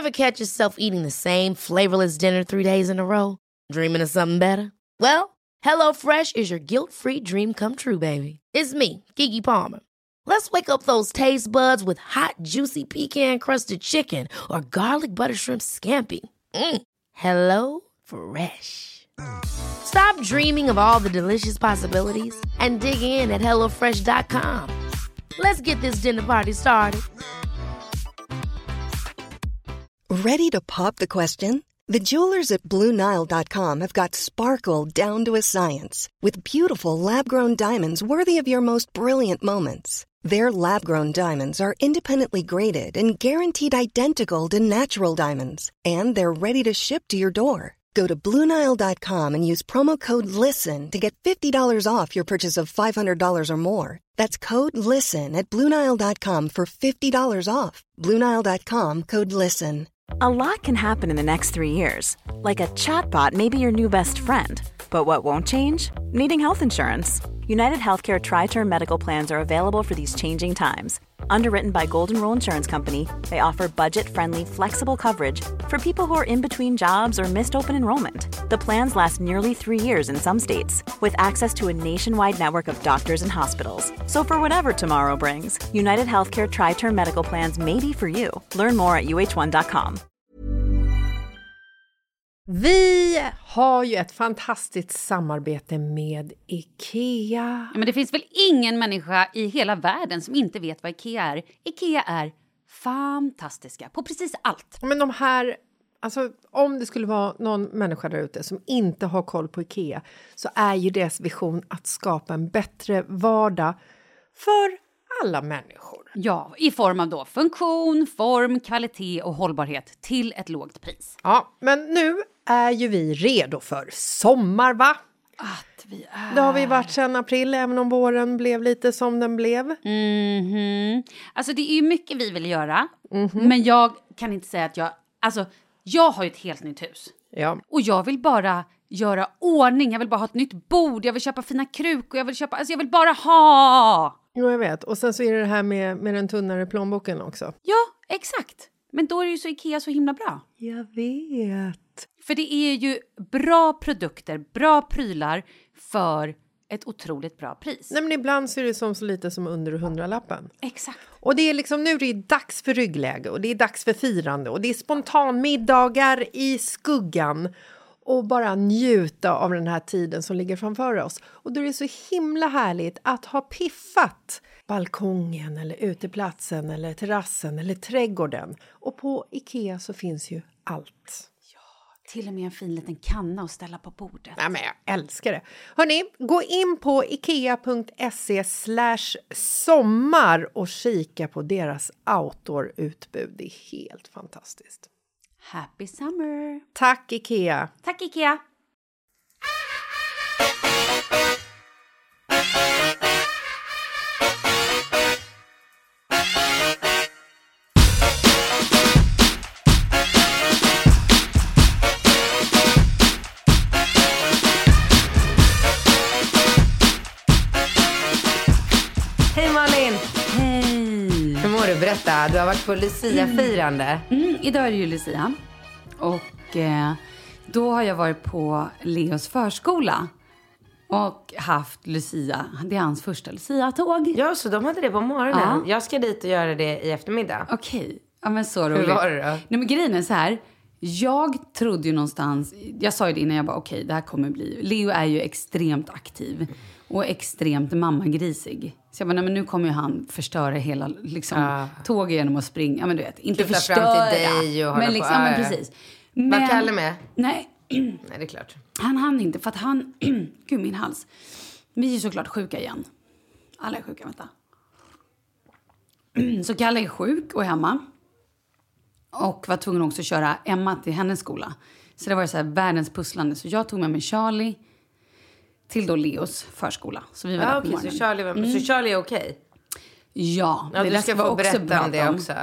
Ever catch yourself eating the same flavorless dinner 3 days in a row? Dreaming of something better? Well, HelloFresh is your guilt-free dream come true, baby. It's me, Keke Palmer. Let's wake up those taste buds with hot, juicy pecan-crusted chicken or garlic butter shrimp scampi. Hello Fresh. Stop dreaming of all the delicious possibilities and dig in at HelloFresh.com. Let's get this dinner party started. Ready to pop the question? The jewelers at BlueNile.com have got sparkle down to a science with beautiful lab-grown diamonds worthy of your most brilliant moments. Their lab-grown diamonds are independently graded and guaranteed identical to natural diamonds, and they're ready to ship to your door. Go to BlueNile.com and use promo code LISTEN to get $50 off your purchase of $500 or more. That's code LISTEN at BlueNile.com for $50 off. BlueNile.com, code LISTEN. A lot can happen in the next 3 years. Like a chatbot may be your new best friend. But what won't change? Needing health insurance. United Healthcare Tri-Term Medical Plans are available for these changing times. Underwritten by Golden Rule Insurance Company, they offer budget-friendly, flexible coverage for people who are in between jobs or missed open enrollment. The plans last nearly 3 years in some states, with access to a nationwide network of doctors and hospitals. So for whatever tomorrow brings, United Healthcare Tri-Term Medical Plans may be for you. Learn more at uh1.com. Vi har ju ett fantastiskt samarbete med IKEA. Ja, men det finns väl ingen människa i hela världen som inte vet vad IKEA är. IKEA är fantastiska på precis allt. Men de här, alltså om det skulle vara någon människa där ute som inte har koll på IKEA, så är ju deras vision att skapa en bättre vardag för alla människor. Ja, i form av då funktion, form, kvalitet och hållbarhet till ett lågt pris. Ja, men nu är ju vi redo för sommar, va? Att vi är... Det har vi varit sedan april, även om våren blev lite som den blev. Alltså det är ju mycket vi vill göra. Men jag kan inte säga att jag har ju ett helt nytt hus. Ja. Och jag vill bara göra ordning. Jag vill bara ha ett nytt bord. Jag vill köpa fina krukor. Jag vill bara ha... Jo, jag vet. Och sen så är det här med den tunnare plånboken också. Ja, exakt. Men då är det ju så IKEA så himla bra. Jag vet. För det är ju bra produkter, bra prylar för ett otroligt bra pris. Nej, men ibland så är det som så lite som under 100-lappen. Exakt. Och det är liksom, nu är det dags för ryggläge och det är dags för firande och det är spontanmiddagar i skuggan. Och bara njuta av den här tiden som ligger framför oss. Och då är det så himla härligt att ha piffat balkongen eller uteplatsen eller terrassen eller trädgården. Och på IKEA så finns ju allt. Till och med en fin liten kanna att ställa på bordet. Ja, men jag älskar det. Hörrni, gå in på ikea.se/sommar och kika på deras outdoor-utbud. Det är helt fantastiskt. Happy summer! Tack IKEA! Tack IKEA! Hej Malin! Hej! Hur mår du? Berätta, du har varit på Lucia-firande. Idag är det ju Lucia. Och då har jag varit på Leos förskola. Och haft Lucia. Det är hans första Lucia-tåg. Ja, så de hade det på morgonen. Ja. Jag ska dit och göra det i eftermiddag. Okej. Ja, men så roligt. Hur var det då? Nej, men grejen är så här. Jag trodde ju någonstans... Jag sa ju det innan, jag bara okej, det här kommer bli... Leo är ju extremt aktiv. Och extremt mammagrisig. Så jag bara, nej, men nu kommer ju han förstöra hela tåget genom att springa. Ja, men du vet, inte Kifla förstöra. fram till dig och hålla men liksom, på. Ja, men precis. Var Kalle med? Nej. Nej, det är klart. Han hann inte, för att han... Gud, min hals. Vi är ju såklart sjuka igen. Alla är sjuka, vänta. Så Kalle är sjuk och hemma. Och var tvungen också att köra Emma till hennes skola. Så det var så här världens pusslande. Så jag tog med mig Charlie till då Leos förskola. Så vi var där på morgonen. Så Charlie är okej? Ja, det du ska få berätta om det också.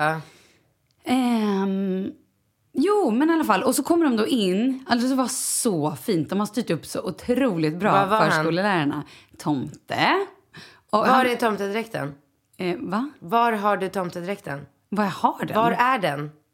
Jo, men i alla fall. Och så kommer de då in. Alltså det var så fint. De har styrt upp så otroligt bra, förskolelärarna. Tomte. Och var är tomtedräkten? Va? Var har du tomtedräkten? Var jag har den? Var är den?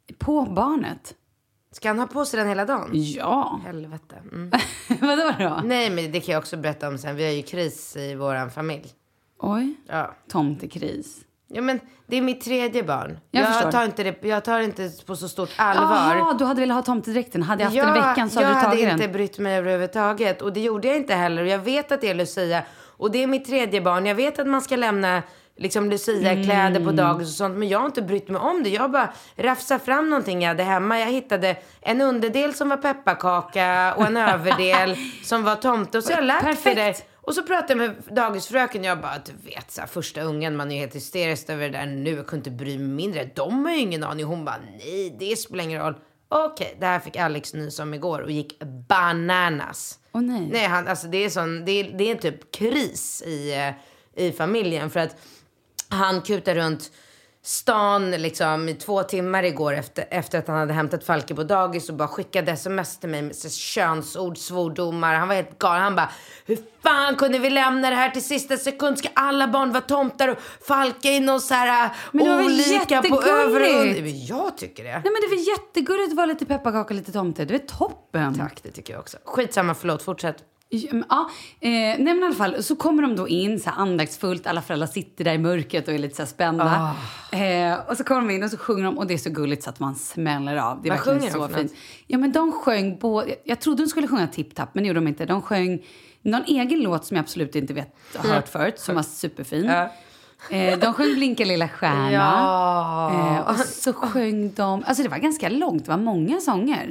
På barnet. Ska han ha på sig den hela dagen? Ja. Helvete. Vadå då? Nej, men det kan jag också berätta om sen. Vi har ju kris i våran familj. Oj. Ja. Tomtekris. Ja, men det är mitt 3:e barn. Jag Jag tar inte på så stort allvar. Jaha, du hade velat ha tomtedräkten. Hade jag haft den i veckan så hade du tagit den. Jag hade inte brytt mig överhuvudtaget. Och det gjorde jag inte heller. Och jag vet att det är Lucia. Och det är mitt 3:e barn. Jag vet att man ska lämna liksom Lucia-kläder på dagis och sånt. Men jag har inte brytt mig om det. Jag bara rafsade fram någonting jag hade hemma. Jag hittade en underdel som var pepparkaka och en överdel som var tomte. Och så har jag lagt för det. Och så pratade jag med dagisfröken. Jag bara, du vet, så här, första ungen, man är helt hysterisk över det där nu. Jag kunde inte bry mig mindre. De har ju ingen aning. Hon bara, nej, det spelar ingen roll. Okej, det här fick Alex nys om igår och gick bananas. Åh nej. Nej, alltså det är en typ kris i familjen. För att han kutar runt stan liksom i 2 timmar igår efter att han hade hämtat Falke på dagis och bara skickade sms till mig med könsord, svordomar. Han var helt galen. Han bara, hur fan kunde vi lämna det här till sista sekund? Ska alla barn vara tomtar och Falke i någon så här olika på överhund? Jag tycker det. Nej, men det var jättegulligt att vara lite pepparkaka, lite tomte. Det är toppen. Tack, det tycker jag också. Skitsamma, förlåt, fortsätt. Ja, nej men i alla fall så kommer de då in så här andaktsfullt, alla föräldrar sitter där i mörkret och är lite så här spända. Och så kommer de in och så sjunger de och det är så gulligt så att man smäller av. Det är verkligen så fint. Ja, men de sjöng jag trodde de skulle sjunga Tip Tap, men det gjorde de inte. De sjöng någon egen låt som jag absolut inte hört förut, som var superfin. De sjöng Blinka lilla stjärna. Ja. Och så sjöng de, alltså det var ganska långt, det var många sånger.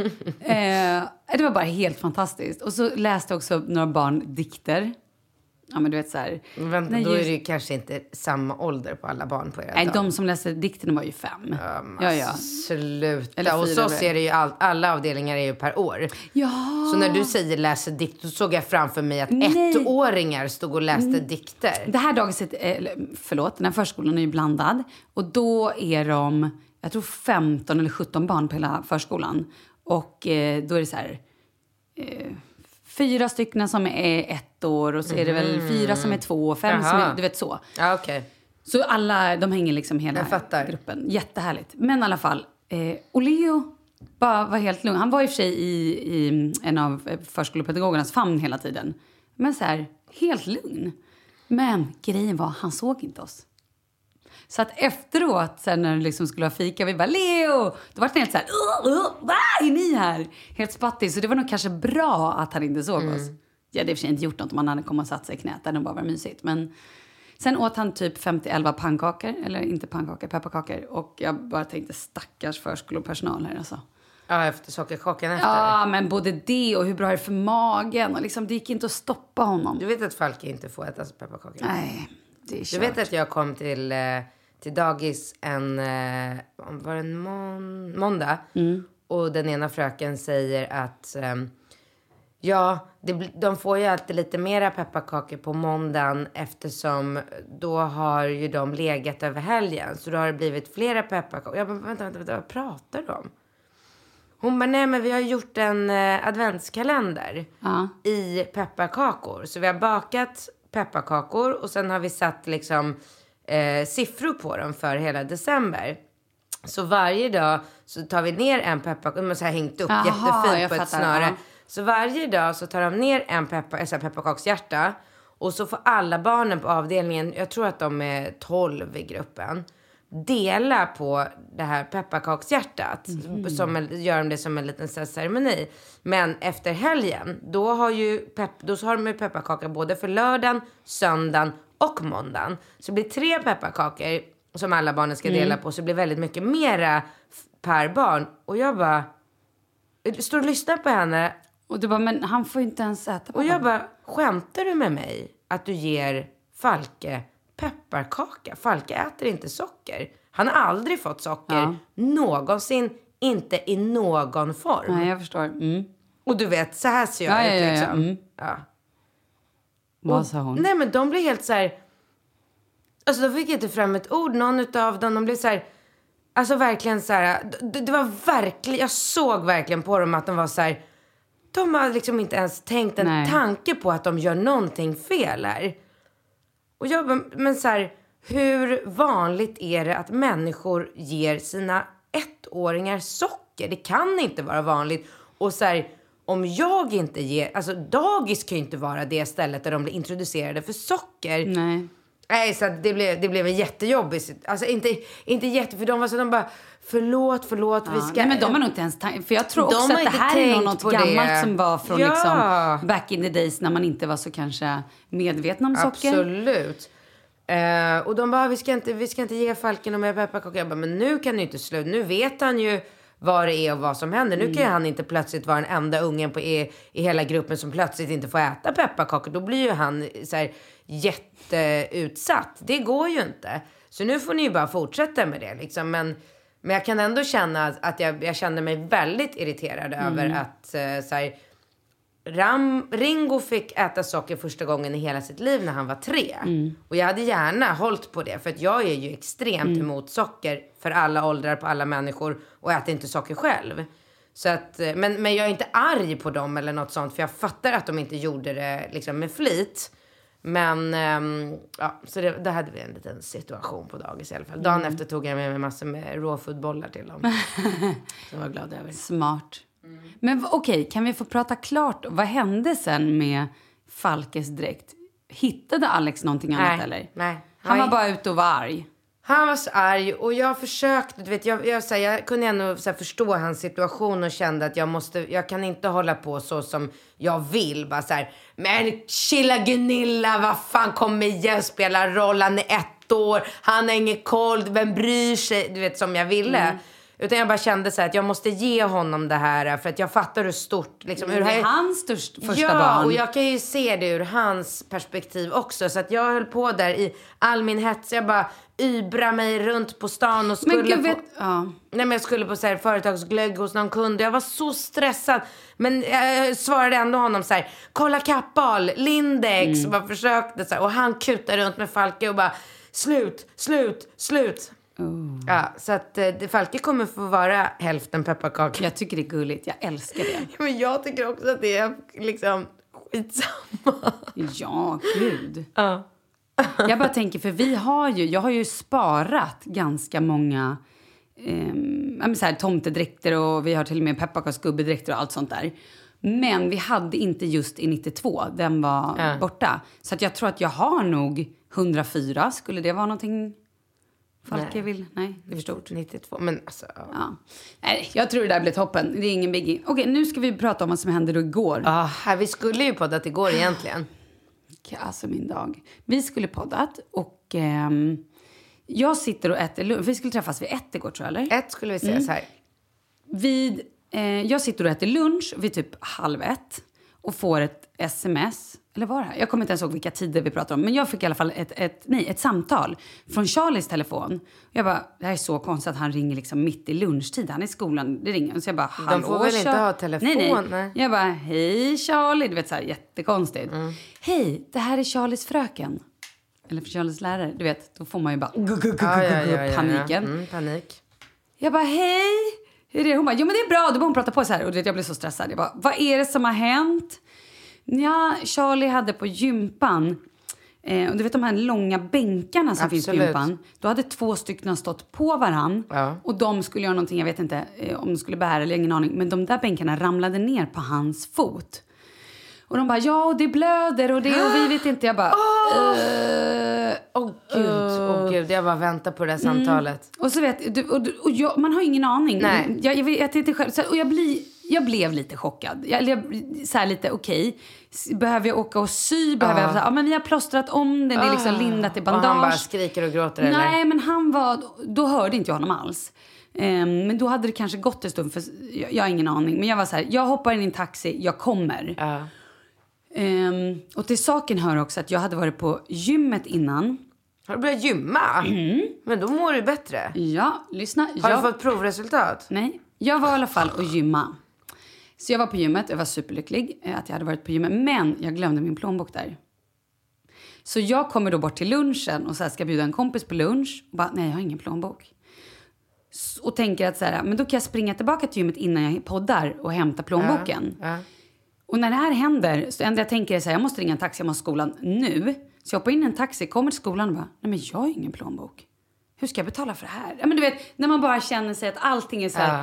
Det var bara helt fantastiskt. Och så läste också några barn dikter. Ja, men du vet så här. Vänta, då är det ju kanske inte samma ålder på alla barn på era Nej, dag. de som läste dikterna var ju 5. Ja. Sluta. Eller 4, och så ser det ju alla avdelningar är ju per år. Ja. Så när du säger läser dikt, då såg jag framför mig att 1-åringar stod och läste dikter. Det här dagiset, den här förskolan är ju blandad. Och då är de, jag tror 15 eller 17 barn på hela förskolan. Och då är det så här 4 stycken som är 1 år och så är det väl 4 som är 2 och 5 som är, du vet så. Ja, okej. Så alla, de hänger liksom hela gruppen. Jättehärligt. Men i alla fall, och Leo var helt lugn. Han var i och för sig i en av förskolepedagogernas famn hela tiden. Men så här, helt lugn. Men grejen var, han såg inte oss. Så att efteråt, sen när det liksom skulle ha fika, vi bara, Leo! Då var det helt så här, vad är ni här? Helt spattig. Så det var nog kanske bra att han inte såg oss. Jag hade i och för sig inte gjort något om han hade kommit och satt sig i knät. Det hade bara varit mysigt. Men sen åt han typ 50-11 pannkakor. Eller inte pannkakor, pepparkakor. Och jag bara tänkte, stackars förskolepersonal här alltså. Ja, efter sockerkakan efter. Ja, men både det och hur bra är det för magen. Och liksom, det gick inte att stoppa honom. Du vet att Falke inte får äta pepparkakor? Nej, det är kört. Du vet att jag kom till dagis var det en måndag. Och den ena fröken säger att de får ju alltid lite mera pepparkakor på måndagen, eftersom då har ju de legat över helgen. Så då har det blivit flera pepparkakor. Jag bara, vänta, vad pratar du om? Hon bara, nej men vi har gjort en adventskalender i pepparkakor. Så vi har bakat pepparkakor och sen har vi satt liksom siffror på dem för hela december. Så varje dag så tar vi ner en pepparkaka. De har så här hängt upp jättefint på ett snöre. Så varje dag så tar de ner en pepparkakshjärta. Och så får alla barnen på avdelningen, jag tror att de är 12 i gruppen, dela på det här pepparkakshjärtat. Gör de det som en liten ceremoni. Men efter helgen, då har de ju pepparkakor både för lördagen, söndagen och måndagen. Så det blir 3 pepparkakor som alla barnen ska dela på. Så det blir väldigt mycket mera per barn. Och jag bara står och lyssnar på henne. Och du bara, men han får inte ens äta på. Och jag bara, skämtar du med mig att du ger Falke pepparkaka? Falke äter inte socker. Han har aldrig fått socker. Någonsin, inte i någon form. Nej, jag förstår. Och du vet, så här ser jag ut liksom. Vad sa hon? Nej, men de blev helt så här. Alltså de fick inte fram ett ord. Någon utav dem, de blev så här. Alltså verkligen så här. Det var verkligen, jag såg verkligen på dem att de var så här. De har liksom inte ens tänkt en tanke på att de gör någonting fel här. Och jag, men så här, hur vanligt är det att människor ger sina 1-åringar socker? Det kan inte vara vanligt. Och så här, om jag inte ger... Alltså dagis kan ju inte vara det stället där de blir introducerade för socker. Nej, så det blev en jättejobbig... Alltså inte jätte... För de var så de bara... Förlåt, vi ska... Nej, men de har nog inte ens... För jag tror också att det här är något gammalt som var från liksom back in the days när man inte var så kanske medveten om socker. Absolut. Och de bara, vi ska inte ge Falken och med pepparkakor. Jag bara, men nu kan du inte sluta. Nu vet han ju vad det är och vad som händer. Nu kan ju han inte plötsligt vara den enda ungen i hela gruppen som plötsligt inte får äta pepparkakor. Då blir ju han så här jätteutsatt. Det går ju inte. Så nu får ni ju bara fortsätta med det liksom. Men jag kan ändå känna att jag kände mig väldigt irriterad över att så här, Ringo fick äta socker första gången i hela sitt liv när han var 3. Och jag hade gärna hållit på det. För att jag är ju extremt emot socker för alla åldrar på alla människor. Och äter inte socker själv. Så att, men jag är inte arg på dem eller något sånt. För jag fattar att de inte gjorde det liksom med flit. Men ja, så det hade vi en liten situation på dagis i alla fall. Dagen efter tog jag med mig massor med råfodbollar till dem. Så jag var glad över. Smart. Men okej, kan vi få prata klart? Vad hände sen med Falkes dräkt? Hittade Alex någonting annat eller? Nej. Han var bara ute och var arg. Han var så arg och jag försökte, du vet, jag kunde ändå så här, förstå hans situation och kände att jag kan inte hålla på så som jag vill. Bara så här, men chilla Gunilla, vad fan, kom igen, spela roll, han är 1 år, han har ingen koll, vem bryr sig, du vet, som jag ville. Utan jag bara kände så här att jag måste ge honom det här. För att jag fattar hur stort... Liksom, det är hans första barn. Ja, och jag kan ju se det ur hans perspektiv också. Så att jag höll på där i all min hets. Jag bara ybra mig runt på stan och skulle jag skulle på så här företagsglögg hos någon kund. Jag var så stressad. Men jag svarade ändå honom så här: kolla Kappahl, Lindex. Och bara försökte så här. Och han kutade runt med Falke och bara slut. Ja, så att Falke kommer få vara hälften pepparkaka. Jag tycker det är gulligt, jag älskar det. Men jag tycker också att det är liksom skitsamma. Ja, gud. Jag bara tänker, för jag har ju sparat ganska många så här, tomtedräkter och vi har till och med pepparkaksgubbedräkter och allt sånt där. Men vi hade inte just i 92, den var borta. Så att jag tror att jag har nog 104, skulle det vara någonting... Falke vill... Nej, det är stort. 92, men alltså... Ja. Nej, jag tror det där blir toppen. Det är ingen biggie. Okej, nu ska vi prata om vad som hände då igår. Vi skulle ju poddat igår egentligen. Alltså min dag. Vi skulle poddat och jag sitter och äter lunch. Vi skulle träffas vid 1 igår, tror jag, eller? 1 skulle vi ses här. Jag sitter och äter lunch vid typ 12:30 och får ett sms. Eller var det här? Jag kommer inte ens ihåg vilka tider vi pratar om. Men jag fick i alla fall ett samtal från Charlies telefon. Jag bara, det här är så konstigt att han ringer liksom mitt i lunchtid. Han är i skolan, det ringer. Så jag bara, hallå, de får väl inte ha telefon? Nej. Jag bara, hej Charlie. Du vet, så här jättekonstigt. Hej, det här är Charlies fröken. Eller för Charlies lärare. Du vet, då får man ju bara paniken. Panik. Jag bara, hej. Hur är det? Hon bara, jo men det är bra. Då bara hon prata på så här. Och jag blev så stressad. Jag bara, vad är det som har hänt? Ja, Charlie hade på gympan, och du vet de här långa bänkarna som finns på gympan. Då hade 2 stycken stått på varann. Och de skulle göra någonting, jag vet inte om de skulle bära eller ingen aning. Men de där bänkarna ramlade ner på hans fot. Och de bara, ja, och det blöder och det, och vi vet inte. Jag bara, gud, jag bara väntar på det här samtalet. Och så vet du, och jag, man har ingen aning. Nej. Jag vet inte själv. Och jag blev lite chockad. Så här lite, okej. Behöver jag åka och sy? Behöver jag... Ja, men vi har plåstrat om det. Det är liksom lindat i bandage. Och han bara skriker och gråter, eller? Nej, men då hörde inte jag honom alls. Men då hade det kanske gått en stund. För jag har ingen aning. Men jag var så här, jag hoppar in i en taxi. Jag kommer. Och till saken hör också att jag hade varit på gymmet innan. Har du börjat gymma? Men då mår du bättre. Ja, lyssna. Har du fått provresultat? Nej, jag var i alla fall och gymma. Så jag var på gymmet, jag var superlycklig att jag hade varit på gymmet. Men jag glömde min plånbok där. Så jag kommer då bort till lunchen och så här ska bjuda en kompis på lunch. Och bara, nej jag har ingen plånbok. Och tänker att så här, men då kan jag springa tillbaka till gymmet innan jag poddar och hämta plånboken. Och när det här händer, så enda jag tänker är så här, jag måste ringa en taxi, jag måste skolan nu. Så jag hoppar in i en taxi, kommer till skolan och bara, nej men jag har ingen plånbok. hur ska jag betala för det här? Ja, men du vet, när man bara känner sig att allting är så här...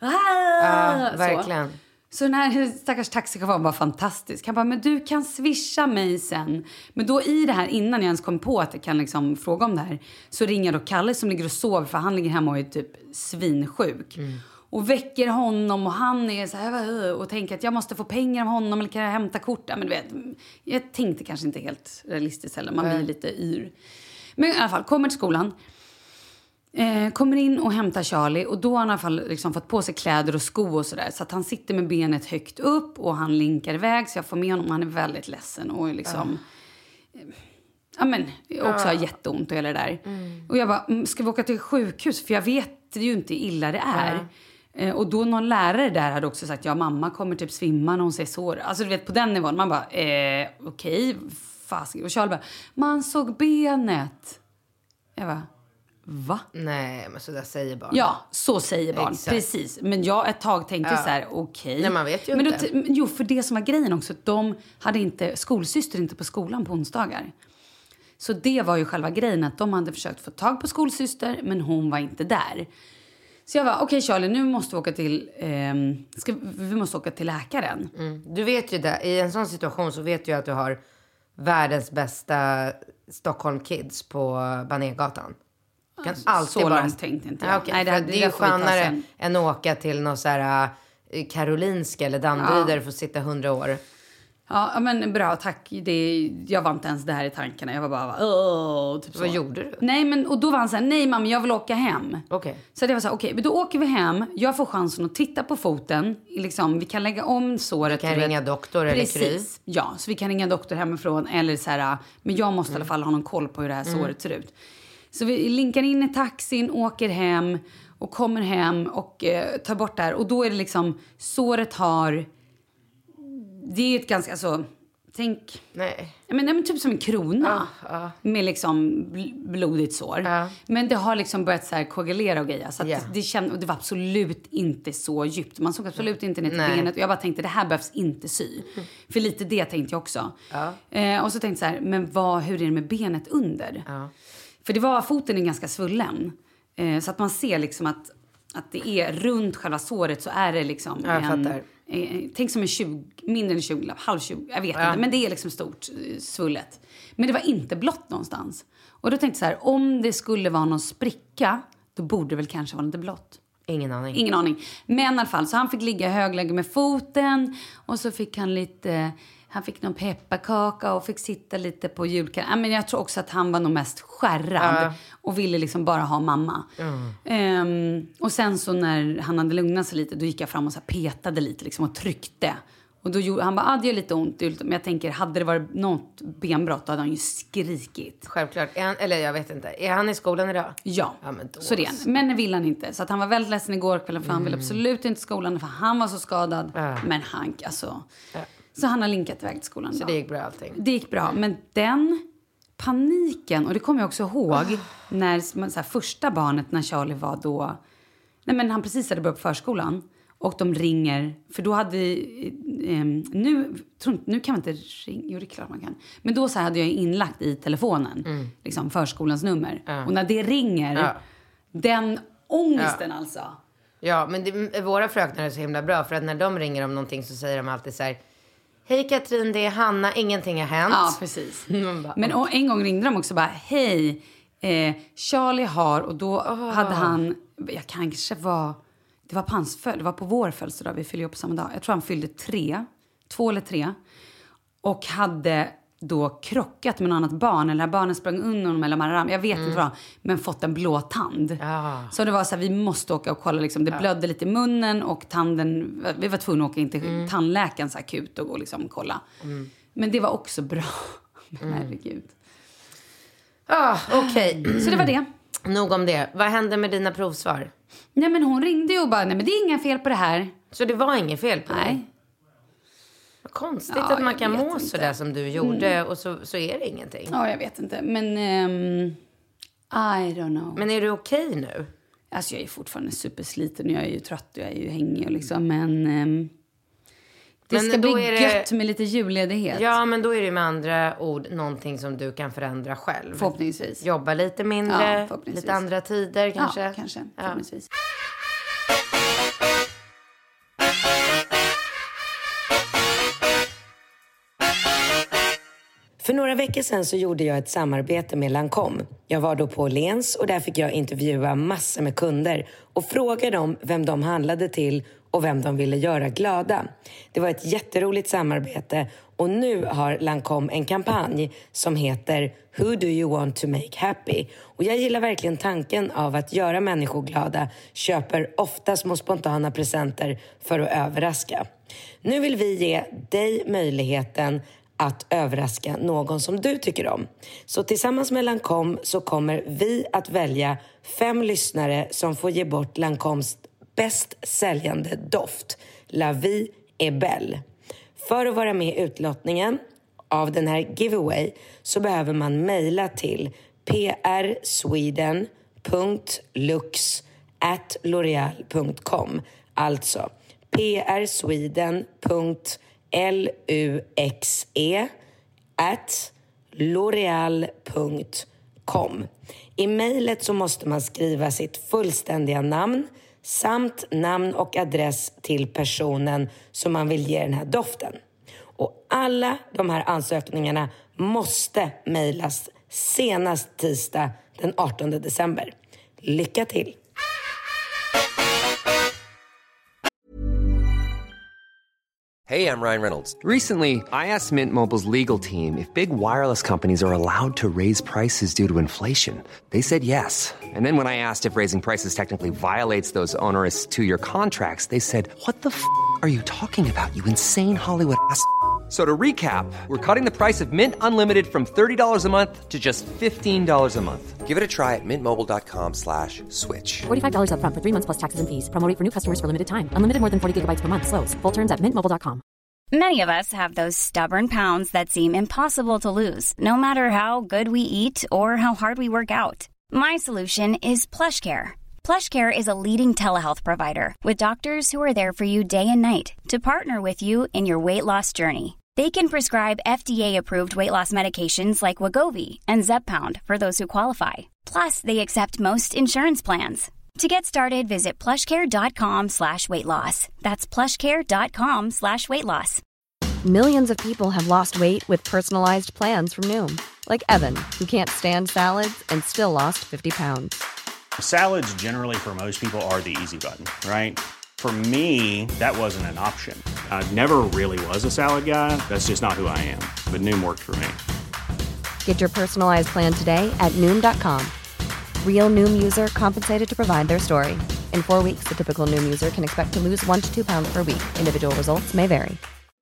verkligen. Så den här stackars taxichauffören var fantastisk. Han bara, men du kan swisha mig sen. Men då i det här, innan jag ens kom på att jag kan liksom fråga om det här, så ringer då Kalle som ligger och sover, för han ligger hemma och är typ svinsjuk. Och väcker honom och han är så här och tänker att jag måste få pengar av honom eller kan jag hämta kort? Ja, men du vet, jag tänkte kanske inte helt realistiskt heller. Man blir lite yr. Men i alla fall, kommer till skolan. Kommer in och hämtar Charlie. Och då har han i alla fall liksom fått på sig kläder och skor och sådär. Så att han sitter med benet högt upp och han linkar iväg. Så jag får med honom och han är väldigt ledsen och liksom... Ja, men också har jätteont och hela det där. Och jag bara, ska vi åka till sjukhus? För jag vet ju inte hur illa det är. Och då någon lärare där hade också sagt, ja, mamma kommer typ svimma när hon ser sår. Alltså du vet, på den nivån. Man bara, okej, fast. Och Charlie bara, man såg benet. Jag bara, va? Nej, men så där säger barn. Ja, så säger barn. Exakt. Precis. Men jag ett tag tänkte så här, okej. Nej, man vet ju men inte. Då, jo, för det som var grejen också, att de hade inte, skolsyster inte på skolan på onsdagar. Så det var ju själva grejen, att de hade försökt få tag på skolsyster, men hon var inte där. Så jag var, okej Charlie, nu måste vi åka till, vi måste åka till läkaren. Du vet ju det, i en sån situation så vet du att du har världens bästa Stockholm Kids på Banégatan. Kan alltid så bara... långt tänkte inte jag. Okay. Nej, det är ju skönare än att åka till någon så här Karolinska eller Danderyd där du får sitta 100 år. Ja, men bra, tack. Jag var inte ens där i tankarna. Jag var bara, typ så. Vad gjorde du? Nej, men och då var han så här, nej mamma, jag vill åka hem. Okej. Så det var så här, okej, men då åker vi hem. Jag får chansen att titta på foten. Liksom, vi kan lägga om såret. Vi kan ringa doktor eller Kry. Ja, så vi kan ringa doktor hemifrån. Eller så här, men jag måste i alla fall ha någon koll på hur det här såret ser ut. Så vi linkar in i taxin, åker hem och kommer hem och tar bort det här. Och då är det liksom, såret har... Det är ett ganska, alltså, tänk... Nej. Men typ som en krona. Med liksom blodigt sår. Men det har liksom börjat så här koagulera och grejer. Så att det var absolut inte så djupt. Man såg absolut inte ner till benet. Och jag bara tänkte, det här behövs inte sy. För lite det tänkte jag också. Och så tänkte jag så här, men hur är det med benet under? För foten är ganska svullen. Så att man ser liksom att det är runt själva såret, så är det liksom tänk som mindre än 20, halv 20, jag vet inte. Men det är liksom stort, svullet. Men det var inte blått någonstans. Och då tänkte jag så här, om det skulle vara någon spricka, då borde det väl kanske vara lite blått. Ingen aning. Men i alla fall, så han fick ligga i högläge med foten. Och så fick han fick någon pepparkaka och fick sitta lite på julkalendern. Men jag tror också att han var nog mest skärrad. Och ville liksom bara ha mamma. Och sen så när han hade lugnat sig lite, då gick jag fram och så här petade lite liksom och tryckte. Och då gjorde han bara, det gör lite ont. Men jag tänker, hade det varit något benbrott, då hade han ju skrikit. Självklart. Eller jag vet inte. Är han i skolan idag? Ja, men då... så det är han. Men det vill han inte. Så att han var väldigt ledsen igår kväll, för han ville absolut inte till skolan. För han var så skadad. Men han, alltså... Så han har linkat iväg till skolan. Så det gick bra allting? Det gick bra. Men den paniken, och det kommer jag också ihåg när så här, första barnet, när Charlie var då... Nej, men han precis hade börjat på förskolan. Och de ringer, för då hade nu kan man inte ringa, jo det är klart man kan. Men då så hade jag inlagt i telefonen, liksom förskolans nummer. Och när det ringer, den ångesten alltså. Ja, men våra fröknar är så himla bra, för att när de ringer om någonting så säger de alltid så här: hej Katrin, det är Hanna, ingenting har hänt. Ja, precis. Men en gång ringde de också bara, hej, Charlie har, och då hade han, jag kanske var... Det var på hans det var på vår födelsedag, vi fyllde upp på samma dag. Jag tror han fyllde 2 eller 3. Och hade då krockat med något annat barn. Eller barnen sprang undan honom eller maram. Jag vet inte vad. Men fått en blå tand. Så det var så här, vi måste åka och kolla. Liksom. Det blödde lite i munnen och tanden... Vi var tvungna att åka in till tandläkaren så akut och liksom kolla. Men det var också bra. Herregud. Okej. Så det var det. Nog om det. Vad hände med dina provsvar? Nej, men hon ringde ju och bara, nej men det är inga fel på det här. Så det var inget fel på det? Vad konstigt att man kan må så där som du gjorde och så är det ingenting. Ja, jag vet inte. Men I don't know. Men är du okej nu? Alltså jag är fortfarande supersliten och jag är ju trött och jag är ju hängig och liksom. Men Det Men ska då bli är det- gött med lite julledighet. Ja, men då är det med andra ord någonting som du kan förändra själv. Förhoppningsvis. Jobba lite mindre, förhoppningsvis. lite andra tider kanske. Ja, kanske. Förhoppningsvis. För några veckor sedan så gjorde jag ett samarbete med Lancome. Jag var då på Åhléns och där fick jag intervjua massor med kunder och fråga dem vem de handlade till och vem de ville göra glada. Det var ett jätteroligt samarbete och nu har Lancome en kampanj som heter Who do you want to make happy? Och jag gillar verkligen tanken av att göra människor glada, köper ofta små spontana presenter för att överraska. Nu vill vi ge dig möjligheten att överraska någon som du tycker om. Så tillsammans med Lancome så kommer vi att välja 5 lyssnare som får ge bort Lancomes bäst säljande doft, La Vie est Belle. För att vara med i utlottningen av den här giveaway så behöver man mejla till prsweden.lux@loreal.com. Alltså prsweden.luxe@loreal.com. I mejlet så måste man skriva sitt fullständiga namn samt namn och adress till personen som man vill ge den här doften. Och alla de här ansökningarna måste mejlas senast tisdag den 18 december. Lycka till! Hey, I'm Ryan Reynolds. Recently, I asked Mint Mobile's legal team if big wireless companies are allowed to raise prices due to inflation. They said yes. And then when I asked if raising prices technically violates those onerous 2-year contracts, they said, "What the f*** are you talking about, you insane Hollywood ass?" So to recap, we're cutting the price of Mint Unlimited from $30 a month to just $15 a month. Give it a try at mintmobile.com/switch. $45 up front for 3 months plus taxes and fees. Promo rate for new customers for limited time. Unlimited more than 40 gigabytes per month. Slows full terms at mintmobile.com. Many of us have those stubborn pounds that seem impossible to lose, no matter how good we eat or how hard we work out. My solution is PlushCare. PlushCare is a leading telehealth provider with doctors who are there for you day and night to partner with you in your weight loss journey. They can prescribe FDA-approved weight loss medications like Wegovy and Zepbound for those who qualify. Plus, they accept most insurance plans. To get started, visit plushcare.com/weightloss. That's plushcare.com/weightloss. Millions of people have lost weight with personalized plans from Noom. Like Evan, who can't stand salads and still lost 50 pounds. Salads generally for most people are the easy button, right? For me, that wasn't an option. I never really was a salad guy. That's just not who I am. But Noom worked for me. Get your personalized plan today at Noom.com. Real Noom user compensated to provide their story. In 4 weeks, the typical Noom user can expect to lose 1 to 2 pounds per week. Individual results may vary.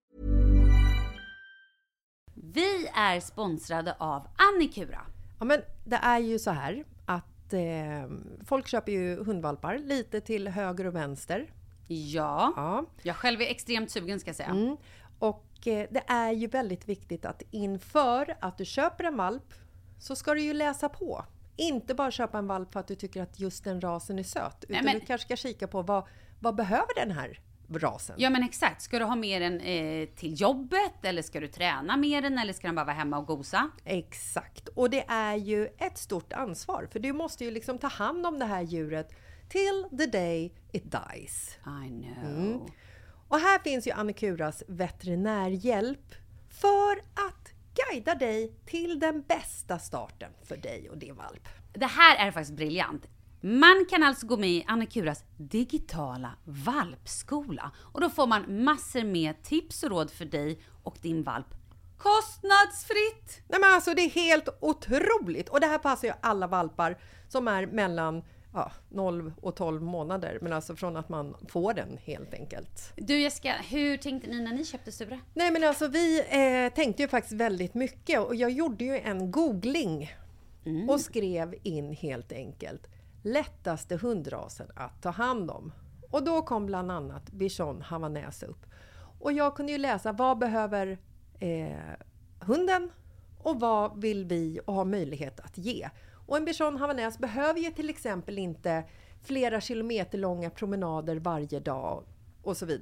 Vi är sponsrade av Annikura. Ja, men det är ju så här att folk köper ju hundvalpar lite till höger och vänster. Ja. Jag själv är extremt sugen, ska jag säga. Och det är ju väldigt viktigt att inför att du köper en valp så ska du ju läsa på. Inte bara köpa en valp för att du tycker att just den rasen är söt. Utan du kanske ska kika på vad behöver den här rasen. Ja, men exakt. Ska du ha med den till jobbet? Eller ska du träna med den? Eller ska den bara vara hemma och gosa? Exakt. Och det är ju ett stort ansvar. För du måste ju liksom ta hand om det här djuret till the day it dies. I know. Och här finns ju Annikuras veterinärhjälp för att guida dig till den bästa starten för dig och din valp. Det här är faktiskt briljant. Man kan alltså gå med i Annikuras digitala valpskola. Och då får man massor med tips och råd för dig och din valp. Kostnadsfritt! Nej, men alltså det är helt otroligt. Och det här passar ju alla valpar som är mellan 0 och 12 månader. Men alltså från att man får den helt enkelt. Du Jessica, hur tänkte ni när ni köpte Sura? Nej, men alltså vi tänkte ju faktiskt väldigt mycket. Och jag gjorde ju en googling. Och skrev in helt enkelt lättaste hundrasen att ta hand om. Och då kom bland annat Bichon Havanäs upp. Och jag kunde ju läsa vad behöver hunden och vad vill vi och ha möjlighet att ge. Och en Bichon Havanäs behöver ju till exempel inte flera kilometer långa promenader varje dag och så vidare.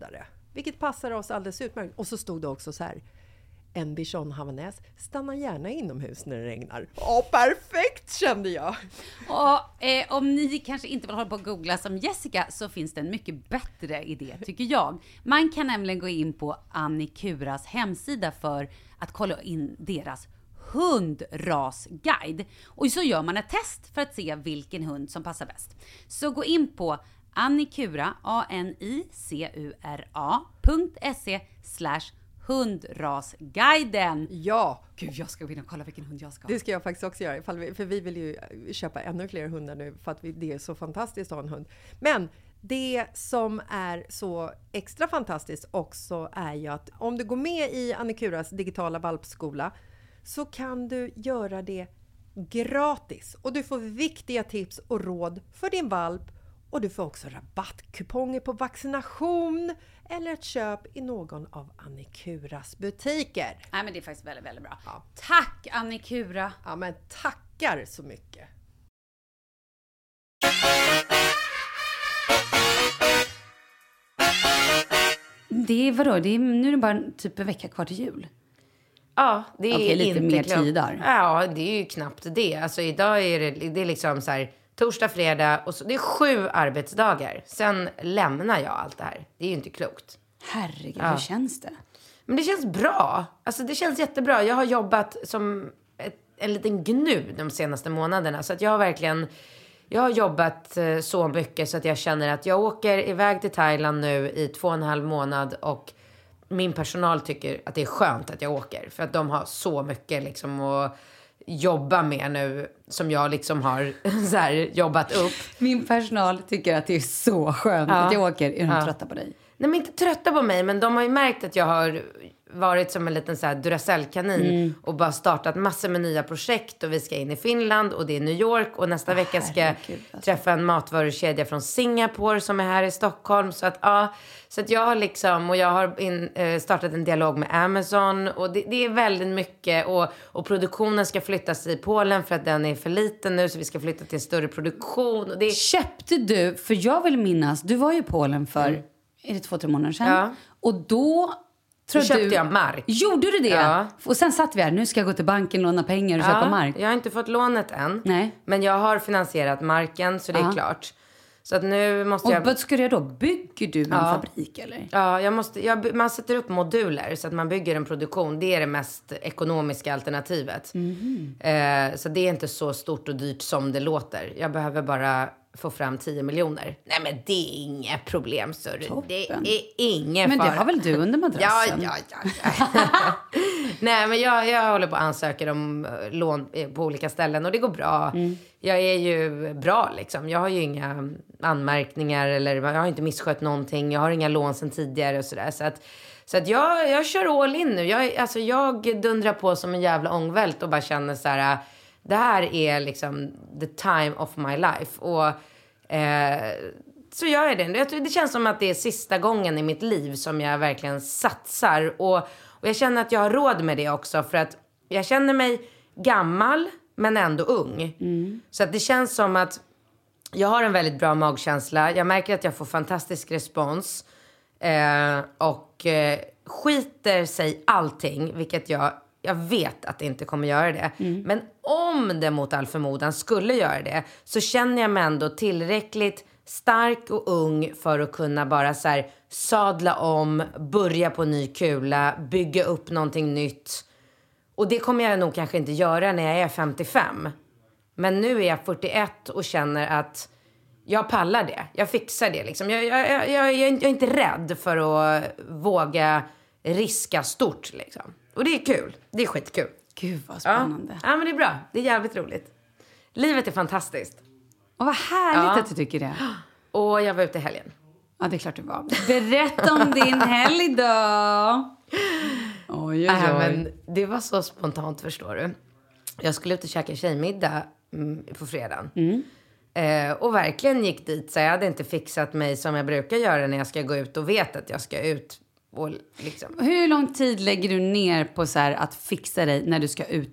vilket passar oss alldeles utmärkt. Och så stod det också så här: en bichon havanäs, stanna gärna inomhus när det regnar. Perfekt, kände jag. Och om ni kanske inte vill hålla på att googla som Jessica, så finns det en mycket bättre idé, tycker jag. Man kan nämligen gå in på Annikuras hemsida för att kolla in deras hundrasguide. Och så gör man ett test för att se vilken hund som passar bäst. Så gå in på Annikura, anicura.se/hundrasguiden. Ja. Gud, jag ska gå in och kolla vilken hund jag ska ha. Det ska jag faktiskt också göra, för vi vill ju köpa ännu fler hundar nu, för att det är så fantastiskt att ha en hund. Men det som är så extra fantastiskt också är ju att om du går med i Annikuras digitala valpskola, så kan du göra det gratis. Och du får viktiga tips och råd för din valp. Och du får också rabattkuponger på vaccination eller ett köp i någon av Annikuras butiker. Nej, men det är faktiskt väldigt, väldigt bra. Ja. Tack, Annikura. Ja, men tackar så mycket. Det är vadå? Nu är det bara typ en vecka kvar till jul. Ja, det är lite inte mer klokt. tid där. Ja, det är ju knappt det. Alltså idag är det är liksom så här torsdag, fredag och så, det är 7 arbetsdagar. Sen lämnar jag allt det här. Det är ju inte klokt. Herregud, hur känns det? Men det känns bra. Alltså det känns jättebra. Jag har jobbat som en liten gnu de senaste månaderna. Så att jag har jobbat så mycket så att jag känner att jag åker iväg till Thailand nu i 2,5 månad och min personal tycker att det är skönt att jag åker. För att de har så mycket liksom att jobba med nu som jag liksom har så här jobbat upp. Min personal tycker att det är så skönt att jag åker. Är de trötta på dig? Nej, men inte trötta på mig, men de har ju märkt att jag har varit som en liten så här Duracell-kanin och bara startat massor med nya projekt och vi ska in i Finland och det är New York och nästa vecka ska jag träffa en matvarukedja från Singapore som är här i Stockholm. Så att jag har liksom, och jag har startat en dialog med Amazon och det är väldigt mycket och produktionen ska flyttas i Polen för att den är för liten nu så vi ska flytta till en större produktion. Och Köpte du, för jag vill minnas, du var ju i Polen för är det 2-3 månader sedan? Ja. Och då köpte jag mark. Gjorde du det? Ja. Och sen satt vi här, nu ska jag gå till banken, låna pengar och köpa mark. Jag har inte fått lånet än. Nej. Men jag har finansierat marken så det är klart. Så att nu måste och vad ska du göra då? Bygger du en fabrik eller? Ja, man sätter upp moduler så att man bygger en produktion. Det är det mest ekonomiska alternativet. Så det är inte så stort och dyrt som det låter. Jag behöver bara få fram 10 miljoner. Nej, men det är inget problem, så det är ingen men fara. Men det har väl du under madrassen? Ja. Nej, men jag håller på att ansöka om lån på olika ställen och det går bra. Jag är ju bra liksom. Jag har ju inga anmärkningar eller jag har inte misskött någonting. Jag har inga lån sedan tidigare och sådär. Så att jag kör all in nu. Jag dundrar på som en jävla ångvält och bara känner så här: det här är liksom the time of my life. Och så gör jag det. Det känns som att det är sista gången i mitt liv som jag verkligen satsar. Och jag känner att jag har råd med det också. För att jag känner mig gammal men ändå ung. Så att det känns som att jag har en väldigt bra magkänsla. Jag märker att jag får fantastisk respons. Och skiter sig allting, vilket jag vet att det inte kommer göra det. Men om det mot all förmodan skulle göra det, så känner jag mig ändå tillräckligt stark och ung för att kunna bara så här sadla om, börja på ny kula, bygga upp någonting nytt. Och det kommer jag nog kanske inte göra när jag är 55. Men nu är jag 41 och känner att jag pallar det. Jag fixar det liksom. Jag är inte rädd för att våga riska stort liksom. Och det är kul. Det är skitkul. Gud vad spännande. Ja, men det är bra. Det är jävligt roligt. Livet är fantastiskt. Och vad härligt att du tycker det. Och jag var ute i helgen. Ja, det är klart du var. Berätta om din helg då. Oj. Men det var så spontant, förstår du. Jag skulle ut och käka tjejmiddag på fredagen. Och verkligen gick dit. Så jag hade inte fixat mig som jag brukar göra när jag ska gå ut och vet att jag ska ut. Och liksom. Hur lång tid lägger du ner på så här att fixa dig när du ska ut?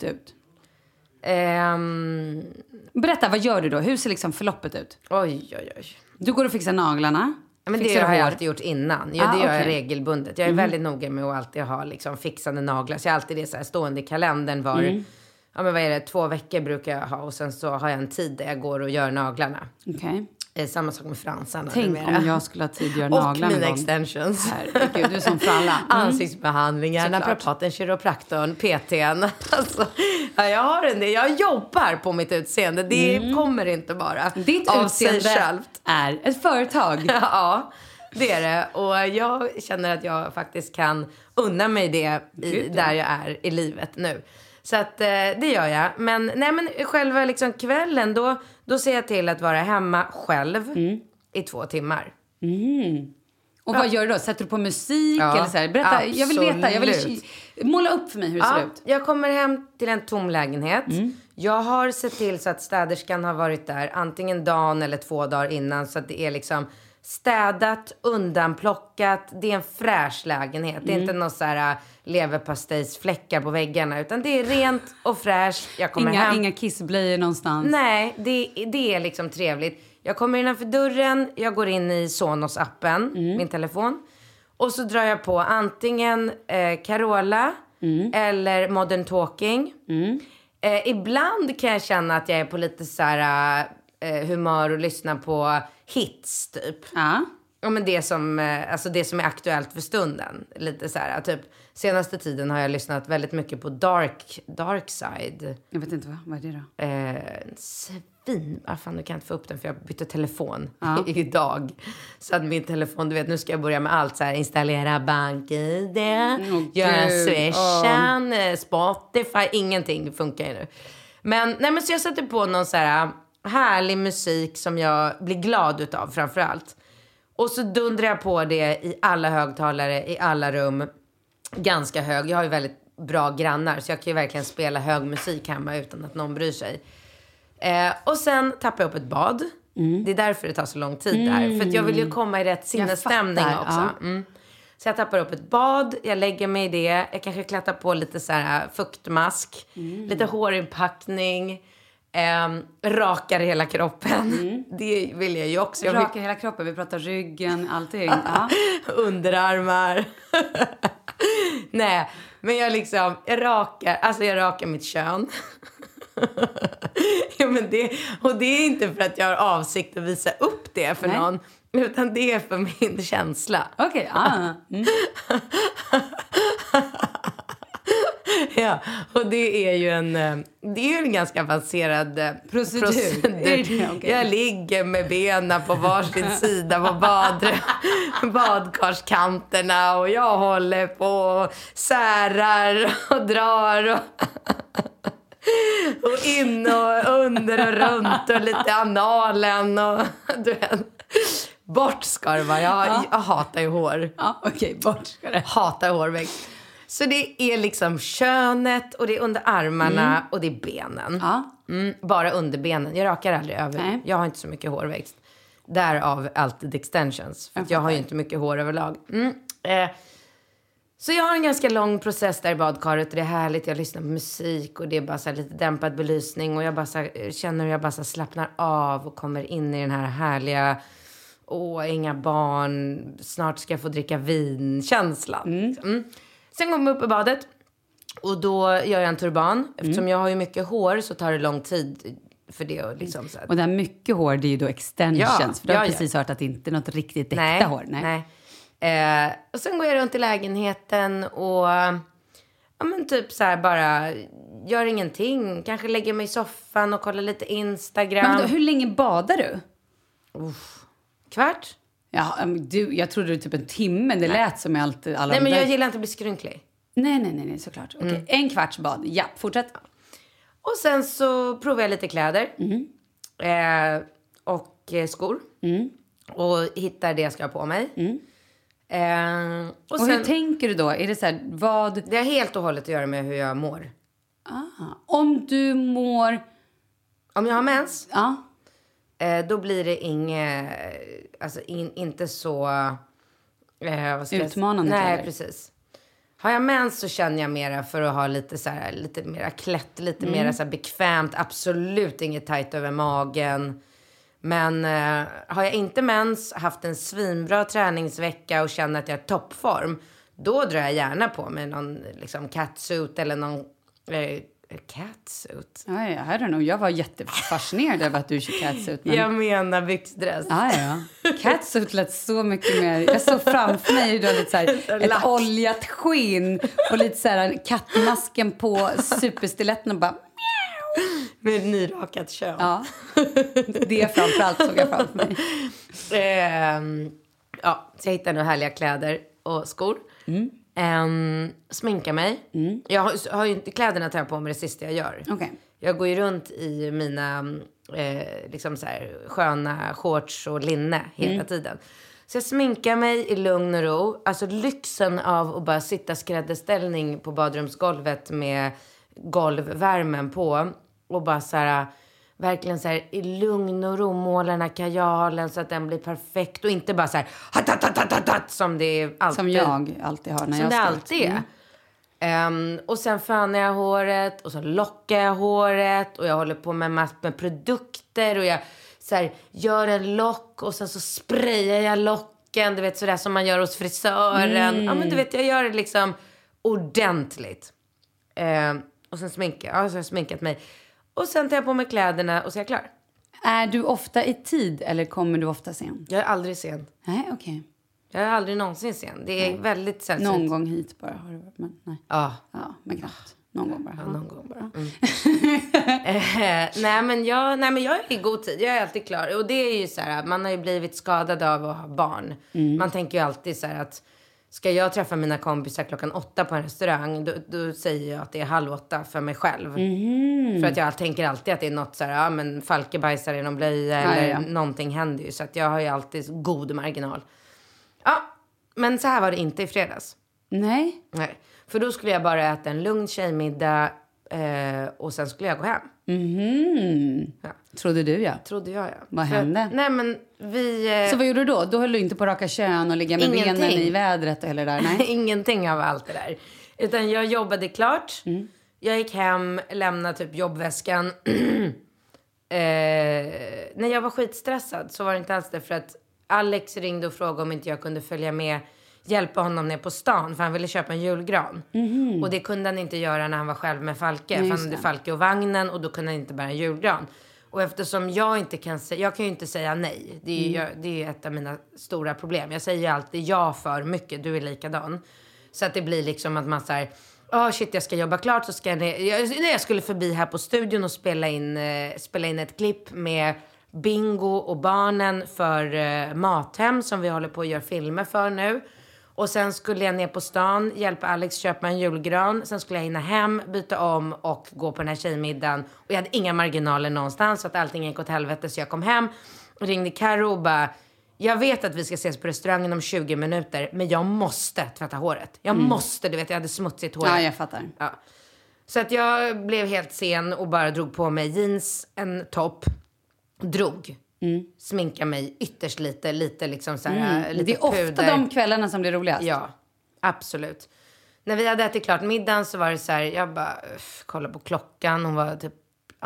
Berätta, vad gör du då? Hur ser liksom förloppet ut? Oj. Du går och fixar naglarna. Men det har jag alltid gjort innan. Det gör jag regelbundet. Jag är väldigt noga med att alltid ha liksom fixande naglar. Så jag har alltid det så här stående i kalendern var... Ja, men vad är det? 2 veckor brukar jag ha. Och sen så har jag en tid där jag går och gör naglarna. Okej. Samma sak med fransarna. Tänk om jag skulle ha tid att göra naglarna. Och mina extensions. Herregud, du är som för alla. Ansiktsbehandlingar, naprapaten, kiropraktorn, PT:n. Alltså, jag har en del. Jag jobbar på mitt utseende. Det kommer inte bara Ditt av utseende sig självt. Är ett företag. Ja, det är det. Och jag känner att jag faktiskt kan unna mig det där jag är i livet nu. Så att det gör jag. Men själva liksom kvällen då ser jag till att vara hemma själv i 2 timmar. Och vad gör du då? Sätter du på musik eller så här? Berätta, absolut. jag vill veta. Jag vill måla upp för mig hur det ser ut. Jag kommer hem till en tom lägenhet. Jag har sett till så att städerskan har varit där antingen dagen eller 2 dagar innan, så att det är liksom städat, undanplockat. Det är en fräsch lägenhet. Det är inte någon så här leverpastejsfläckar på väggarna, utan det är rent och fräscht. Jag kommer hem. Inga kissblöjor någonstans. Nej, det är liksom trevligt. Jag kommer innanför dörren, jag går in i Sonos-appen, min telefon. Och så drar jag på antingen Carola eller Modern Talking. Ibland kan jag känna att jag är på lite så här humör och lyssna på hits typ. Ja, men det som är aktuellt för stunden. Lite så här, typ senaste tiden har jag lyssnat väldigt mycket på Dark Side. Jag vet inte vad är det då? Fan, du kan inte få upp den för jag bytte telefon idag. Så att min telefon, du vet, nu ska jag börja med allt så här, installera BankID, göra Swishen, Spotify, ingenting funkar ju nu. Men så jag sätter på någon så här härlig musik som jag blir glad utav framförallt. Och så dundrar jag på det i alla högtalare, i alla rum. Ganska hög. Jag har ju väldigt bra grannar, så jag kan ju verkligen spela hög musik hemma utan att någon bryr sig. Och sen tappar jag upp ett bad. Det är därför det tar så lång tid där. För att jag vill ju komma i rätt sinnesstämning också. Så jag tappar upp ett bad, jag lägger mig i det. Jag kanske klättrar på lite så här fuktmask. Lite hårinpackning. Rakar hela kroppen. Det vill jag ju också. Rakar hela kroppen, vi pratar ryggen, allting. Underarmar. Nej, men jag rakar mitt kön. Ja, men det är inte för att jag har avsikt att visa upp det för någon, utan det är för min känsla. Okej, Ja, och det är ju en ganska avancerad procedur. Okay. Jag ligger med benen på varsin sida på badkarskanterna och jag håller på och särar och drar och in och under och runt och lite analen och du vet. Bort ska det vara. Jag hatar ju hår. Ja, okej, bort ska det. Hatar hårväxt. Så det är liksom könet och det är under armarna och det är benen. Bara under benen. Jag rakar aldrig över. Nej. Jag har inte så mycket hårväxt. Därav alltid extensions. För jag har ju inte mycket hår överlag. Så jag har en ganska lång process där i badkaret. Och det är härligt. Jag lyssnar på musik. Och det är bara så här lite dämpad belysning. Och jag bara så här, känner hur jag bara så här slappnar av. Och kommer in i den här härliga... inga barn. Snart ska jag få dricka vin-känslan. Sen kommer jag upp i badet. Och då gör jag en turban. Eftersom jag har ju mycket hår så tar det lång tid för det. Och, liksom så här. Och det här mycket hår, det är ju då extensions. För du har precis hört att det inte är något riktigt äkta hår. Nej. Och sen går jag runt i lägenheten och typ så här bara gör ingenting. Kanske lägger mig i soffan och kollar lite Instagram. Men hur länge badar du? Kvart. Ja, jag trodde det var typ en timme. Det lät som alla Nej, men jag gillar inte att bli skrynklig. Nej, såklart. Okej. En kvarts bad. Ja, fortsätt. Och sen så provar jag lite kläder. Och skor. Och hittar det jag ska ha på mig. Och hur tänker du då? Är det så här, vad... Det har helt och hållet att göra med hur jag mår. Om du mår... Om jag har mens? Ja. Då blir det inte så... utmanande. Nej, precis. Har jag mens så känner jag mera för att ha lite så här, lite mera klätt, lite mera så här bekvämt. Absolut inget tajt över magen. Men har jag inte mens, haft en svinbra träningsvecka och känner att jag är toppform, då drar jag gärna på mig någon liksom catsuit eller någon catsuit. Ja, I don't know. Jag var jättefascinerad över att du kör catsuit. Men... Jag menar byxdress. Ja. Catsuit lät så mycket mer. Jag såg framför mig hur du har lite så här, ett oljat skinn och lite så här kattmasken på superstiletten och bara... Med ett nyrakat kön. Ja, det framförallt såg jag framför mig. Ja, så jag hittade några härliga kläder och skor. Sminka mig. Jag har ju inte kläderna tar jag på mig det sista jag gör. Okay. Jag går ju runt i mina liksom så här, sköna shorts och linne hela tiden. Så jag sminkar mig i lugn och ro. Alltså lyxen av att bara sitta skräddarställning på badrumsgolvet med golvvärmen på. Och bara så här, verkligen så här i lugn och ro måla den här kajalen så att den blir perfekt. Och inte bara så här som det alltid. Som jag alltid har när jag ska. Som det alltid är. Och sen fönar jag håret och så lockar jag håret. Och jag håller på med massor med produkter. Och jag så här, gör en lock och sen så sprayar jag locken. Du vet sådär som man gör hos frisören. Ja men du vet jag gör det liksom ordentligt. Och sen sminkar jag. Ja, så har jag sminkat mig. Och sen tar jag på mig kläderna och så är jag klar. Är du ofta i tid eller kommer du ofta sen? Jag är aldrig sen. Nej, okej. Jag är aldrig någonsin sen. Det är väldigt sällsynt. Någon gång hit bara har du varit, men nej. Ja. Ja, men knappt. Någon gång bara. Ja, någon gång bara. Nej, men jag är i god tid. Jag är alltid klar. Och det är ju så här, man har ju blivit skadad av att ha barn. Man tänker ju alltid så här att ska jag träffa mina kompisar 8:00 på en restaurang, då säger jag att det är 7:30 för mig själv. För att jag tänker alltid att det är något så här, ja men falkebajsar i någon blöja eller någonting händer ju. Så att jag har ju alltid god marginal. Ja, men så här var det inte i fredags. Nej. För då skulle jag bara äta en lugn tjejmiddag och sen skulle jag gå hem. Ja. Trodde du, ja. Trodde jag, ja. Vad hände? Nej, men vi... Så vad gjorde du då? Då höll du inte på raka kön och ligga med benen i vädret och hela det där? Nej. Ingenting av allt det där. Utan jag jobbade klart. Jag gick hem, lämnade typ jobbväskan. När jag var skitstressad så var det inte alls det. För att Alex ringde och frågade om inte jag kunde följa med, hjälpa honom ner på stan. För han ville köpa en julgran. Och det kunde han inte göra när han var själv med Falke. För han hade Falke och vagnen och då kunde han inte bära en julgran. Och eftersom jag inte kan säga, jag kan ju inte säga nej. Det är ju ett av mina stora problem. Jag säger ju alltid ja för mycket, du är likadan. Så att det blir liksom att man säger, shit jag ska jobba klart så ska jag skulle förbi här på studion och spela in ett klipp med Bingo och barnen för Mathem som vi håller på att göra filmer för nu. Och sen skulle jag ner på stan, hjälpa Alex köpa en julgran. Sen skulle jag hinna hem, byta om och gå på den här tjejmiddagen. Och jag hade inga marginaler någonstans så att allting gick åt helvete. Så jag kom hem och ringde Karo och bara, jag vet att vi ska ses på restaurangen om 20 minuter. Men jag måste tvätta håret. Jag måste, du vet, jag hade smutsigt hår. Ja, jag fattar. Ja. Så att jag blev helt sen och bara drog på mig jeans, en topp. Sminka mig ytterst lite liksom så här, lite det är ofta puder. de kvällarna som blir roligast. Ja, absolut. När vi hade ätit klart middagen så var det så här, jag bara kollade på klockan. Hon var typ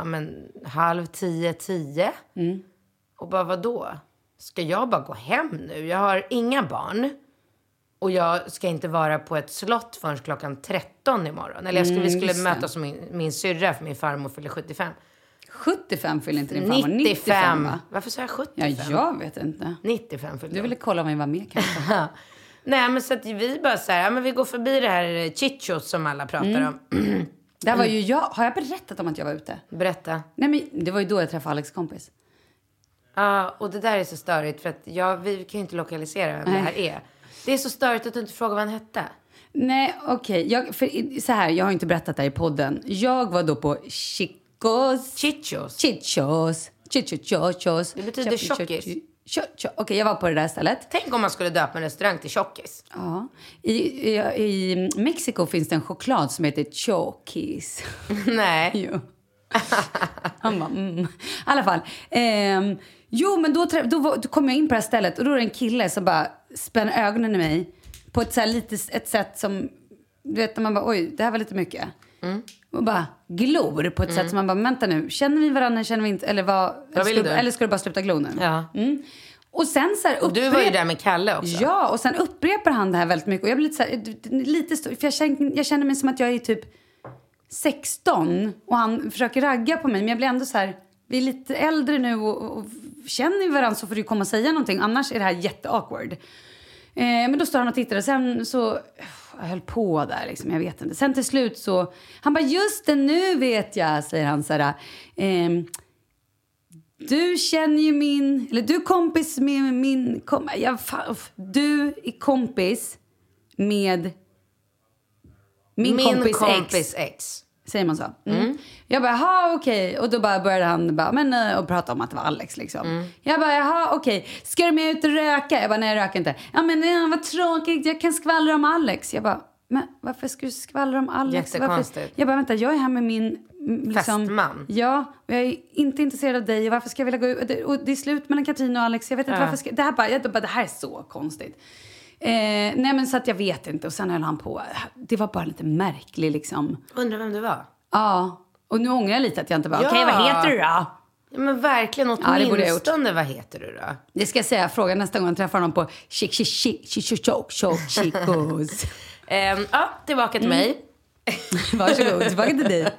9:30. Och bara, vadå? Ska jag bara gå hem nu? Jag har inga barn. Och jag ska inte vara på ett slott förrän klockan 13 imorgon. Eller vi skulle mötas som min syrra för min farmor fyller 75. 75 fyller inte din farmor. 95 va? Varför sa jag 75? Ja, jag vet inte. 95 fyller. Du ville kolla om vi var med kanske. Nej, men så att vi bara så här, men vi går förbi det här Chichos som alla pratar om. Där var ju jag. Har jag berättat om att jag var ute? Berätta. Nej, men det var ju då jag träffade Alex kompis. Ja, och det där är så störigt för att vi kan ju inte lokalisera vem det här är. Det är så störigt att du inte frågar vad han hette. Nej, okej. Så här, jag har inte berättat det här i podden. Jag var då på Chichos. Det betyder tjockis. Okej, jag var på det där stället. Tänk om man skulle döpa en restaurang till tjockis. Ja. I Mexiko finns det en choklad som heter Chokis. Nej. Jo. Han bara, I alla fall. Jo, men då kom jag in på det här stället. Och då är det en kille som bara spänner ögonen i mig. På ett så här ett sätt som, du vet, när man bara, oj, det här var lite mycket. Och bara glor på ett sätt som man bara, vänta nu, känner vi varandra, känner vi inte? Eller, eller ska du bara sluta glo nu? Ja. Och sen så här, och du var ju där med Kalle också. Ja, och sen upprepar han det här väldigt mycket. Och jag blir lite så här, för jag känner mig som att jag är typ 16 och han försöker ragga på mig. Men jag blir ändå så här, vi är lite äldre nu och känner vi varandra så får du komma och säga någonting. Annars är det här jätteawkward. Men då står han och tittar och sen så... Jag höll på där liksom, jag vet inte. Sen till slut så... Han bara, just det, nu vet jag, säger han så här. Du känner ju min... Eller du är kompis med min... Du är kompis med min kompis ex. Säger man så? Jag bara, jaha, okej. Och då bara började han och prata om att det var Alex liksom. Jag bara, jaha, okej. Ska du med ut och röka? Jag bara, nej, jag röker inte. Ja, men vad tråkigt, jag kan skvallra om Alex. Jag bara, men varför ska du skvallra om Alex? Jättekonstigt. Jag bara, vänta, jag är här med min... fästman. Ja, och jag är inte intresserad av dig. Och varför ska jag vilja gå ut? Och det är slut mellan Katrin och Alex. Jag vet inte varför det här är så konstigt. Nej, men så att jag vet inte. Och sen höll han på. Det var bara lite märkligt liksom. Undrar vem du var? Ja, och nu ångrar jag lite att jag inte var. Okej, vad heter du då? Ja, men verkligen åtminstone, vad heter du då? Det ska jag säga, fråga nästa gång jag träffar honom på Chicos. Ja, tillbaka till mig. Varsågod, tillbaka till dig.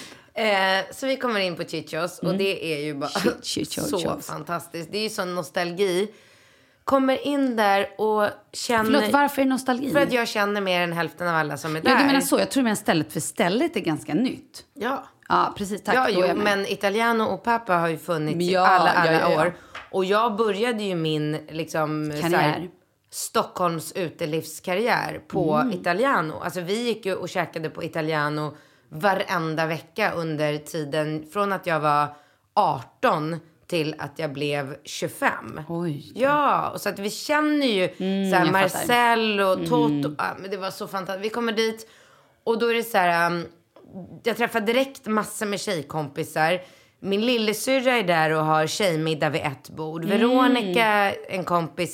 Så vi kommer in på Chichos och det är ju bara så fantastiskt. Det är ju sån nostalgi. Kommer in där och känner... Förlåt, varför är det nostalgi? För att jag känner mer än hälften av alla som är där. Ja, du menar så. Jag tror att stället för stället är ganska nytt. Ja. Ja, precis. Tack. Ja, jo, men Italiano och Papa har ju funnits i alla år. Och jag började ju min liksom, karriär. Stockholms utelivskarriär på Italiano. Alltså vi gick ju och käkade på Italiano varenda vecka under tiden från att jag var 18 till att jag blev 25. Oj. Ja, och så att vi känner ju såhär Marcel och Toto. Men det var så fantastiskt. Vi kommer dit och då är det så här... jag träffar direkt massor med tjejkompisar. Min lillasyrra är där och har tjejmiddag vid ett bord. Veronica, en kompis,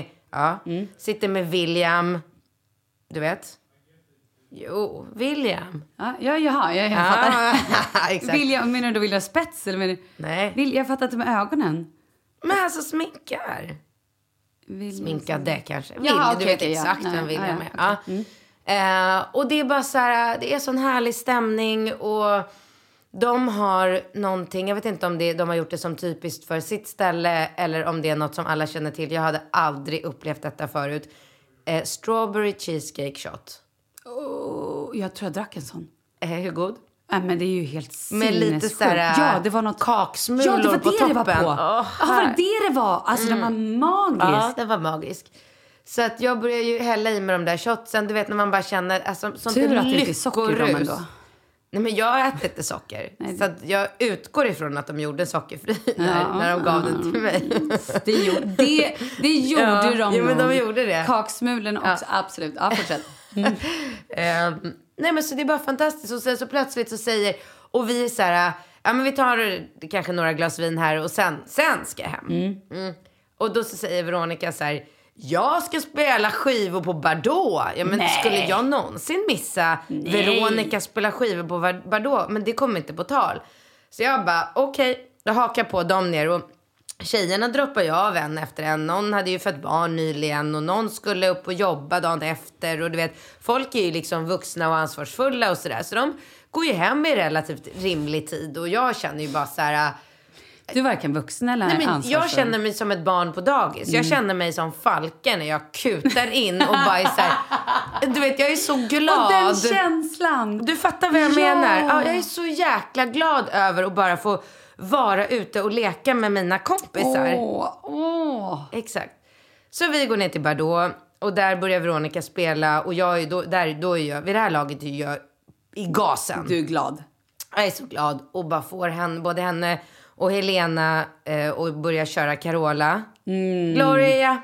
sitter med William. Du vet? Jo, William. Jag fattar. Exakt. William, menar du William Spets? Eller menar... Nej. Jag fattar inte med ögonen. Men alltså sminkar. Sminkade kanske. Du vet exakt vem William är. Okay. Och det är bara så här, det är sån härlig stämning och de har någonting, jag vet inte om de har gjort det som typiskt för sitt ställe eller om det är något som alla känner till. Jag hade aldrig upplevt detta förut. Strawberry cheesecake shot. Jag tror jag drack en sån. Hur god? Men det är ju helt sinnessjukt. Med lite såhär det var något kaksmulor det var på det toppen. Det var på. Var det var? Alltså den var magisk. Ja, den var magisk. Så att jag började ju hälla i med de där shotsen. Du vet när man bara känner alltså, sånt tur att det inte är socker i dem ändå. Nej, men jag äter inte socker. Så att jag utgår ifrån att de gjorde sockerfri när de gav den till mig. Det gjorde de. Ja, men de gjorde det. Kaksmulen också, absolut. Ja, fortsätt. Nej, men så det är bara fantastiskt. Och sen så plötsligt så säger... Och vi är så här... Ja, men vi tar kanske några glas vin här och sen ska jag hem. Och då så säger Veronica så här... Jag ska spela skivor på Bardot. Ja, men skulle jag någonsin missa Veronica spela skivor på Bardot? Men det kommer inte på tal. Så jag bara, okej, då hakar på dem ner. Och tjejerna droppar ju av en efter en. Någon hade ju fött barn nyligen. Och någon skulle upp och jobba dagen efter. Och du vet, folk är ju liksom vuxna och ansvarsfulla och sådär. Så de går ju hem i relativt rimlig tid. Och jag känner ju bara så här... Du är varken vuxen eller ansvarsfull. Jag känner mig som ett barn på dagis. Jag känner mig som Falken när jag kutar in och bara är så här, du vet, jag är så glad. Och den känslan. Du fattar vad jag menar. Ja, jag är så jäkla glad över att bara få vara ute och leka med mina kompisar. Exakt. Så vi går ner till Bardot och där börjar Veronica spela och jag är jag vid det här laget är jag i gasen. Du är glad. Jag är så glad och bara får både henne och Helena och börjar köra Carola. Gloria.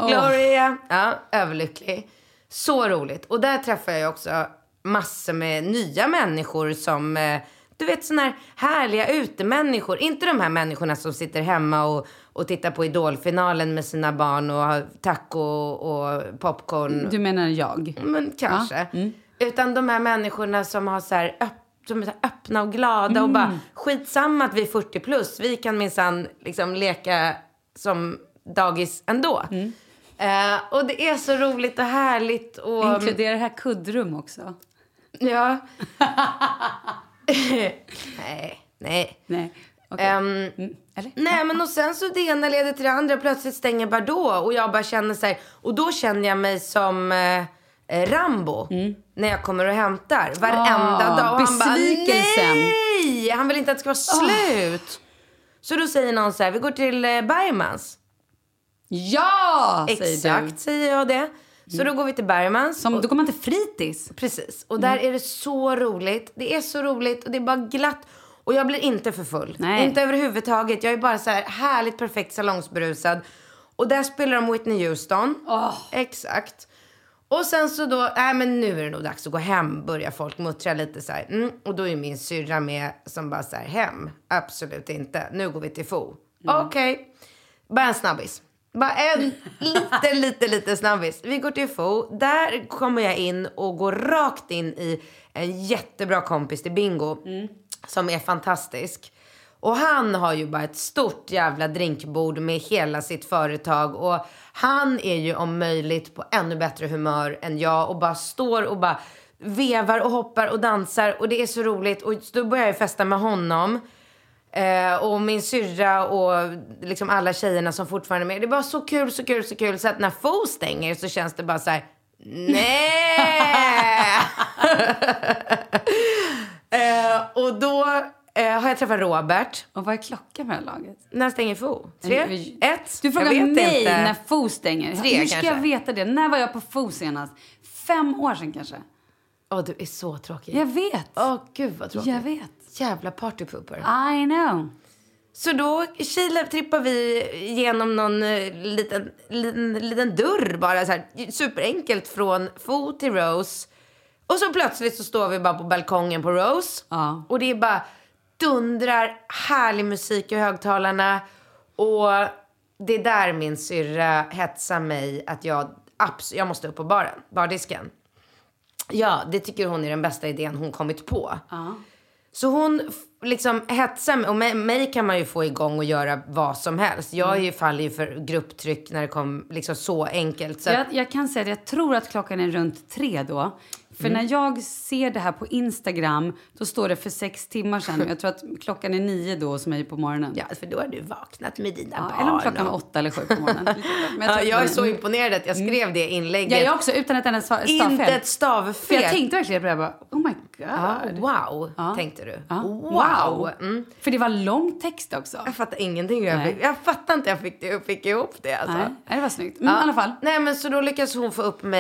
Ja, överlycklig. Så roligt. Och där träffar jag också massor med nya människor som, du vet, såna här härliga utemänniskor. Inte de här människorna som sitter hemma och tittar på Idolfinalen med sina barn och har taco och popcorn. Du menar jag? Men kanske. Utan de här människorna som har så här som är så öppna och glada och bara skitsamma att vi är 40 plus. Vi kan minsann liksom leka som dagis ändå. Och det är så roligt och härligt. Och inkludera det här kuddrum också. Ja. Nej. Okay. Eller? Nej, men och sen så det ena leder till det andra. Plötsligt stänger Bardot och jag bara känner så här. Och då känner jag mig som Rambo när jag kommer och hämtar varenda dag. Och han bara, nej! Han vill inte att det ska vara slut. Så då säger någon så här, vi går till Bergmans. Ja, exakt, säger jag det. Så då går vi till Bergmans. Då går man till fritids. Precis, och där är det så roligt. Det är så roligt och det är bara glatt. Och jag blir inte för full. Nej. Inte överhuvudtaget. Jag är bara så här härligt perfekt salongsberusad. Och där spelar de Whitney Houston. Exakt. Och sen så då, men nu är det nog dags att gå hem. Börjar folk muttra lite så här. Och då är min syrra med som bara så här, hem. Absolut inte. Nu går vi till Fo. Okej. Bara en snabbis. Bara en lite snabbis. Vi går till Fo. Där kommer jag in och går rakt in i en jättebra kompis till Bingo. Som är fantastisk. Och han har ju bara ett stort jävla drinkbord med hela sitt företag. Och han är ju om möjligt på ännu bättre humör än jag. Och bara står och bara vevar och hoppar och dansar. Och det är så roligt. Och då börjar jag festa med honom. Och min syrra och liksom alla tjejerna som fortfarande är med. Det är bara så kul. Så att när Fo stänger så känns det bara så här. Nej! Och då har jag träffat Robert. Och vad är klockan med laget? När stänger Fo? 3? 1? Du frågar mig inte. när Fo stänger. 3 Hur ska jag veta det? När var jag på Fo senast? 5 år sedan kanske. Du är så tråkig. Jag vet. Gud vad tråkigt. Jag vet. Jävla partypooper. I know. Så då trippar vi genom någon liten dörr bara så här, superenkelt från Fo till Rose. Och så plötsligt så står vi bara på balkongen på Rose. Och det är bara dundrar härlig musik i högtalarna. Och det är där min syrra hetsar mig att jag måste upp på bardisken. Ja, det tycker hon är den bästa idén hon kommit på. Så hon liksom hetsar mig. Och mig kan man ju få igång och göra vad som helst. Jag faller ju för grupptryck när det kom liksom så enkelt. Så jag kan säga att jag tror att klockan är runt 3 då. För när jag ser det här på Instagram, då står det för 6 timmar sedan. Jag tror att klockan är 9 då hos mig på morgonen. Ja, för då har du vaknat med dina barn. Eller om klockan var 8 eller 7 på morgonen. Men jag är så imponerad att jag skrev det inlägget. Jag också, utan ett enda stavfel. Inte ett stavfel. För jag tänkte verkligen på det. Jag bara, oh my god. Wow, tänkte du. Wow. För det var lång text också. Jag fattar ingenting. Jag fattar inte jag fick ihop det. Alltså. Nej, det var snyggt. I alla fall. Nej, men så då lyckas hon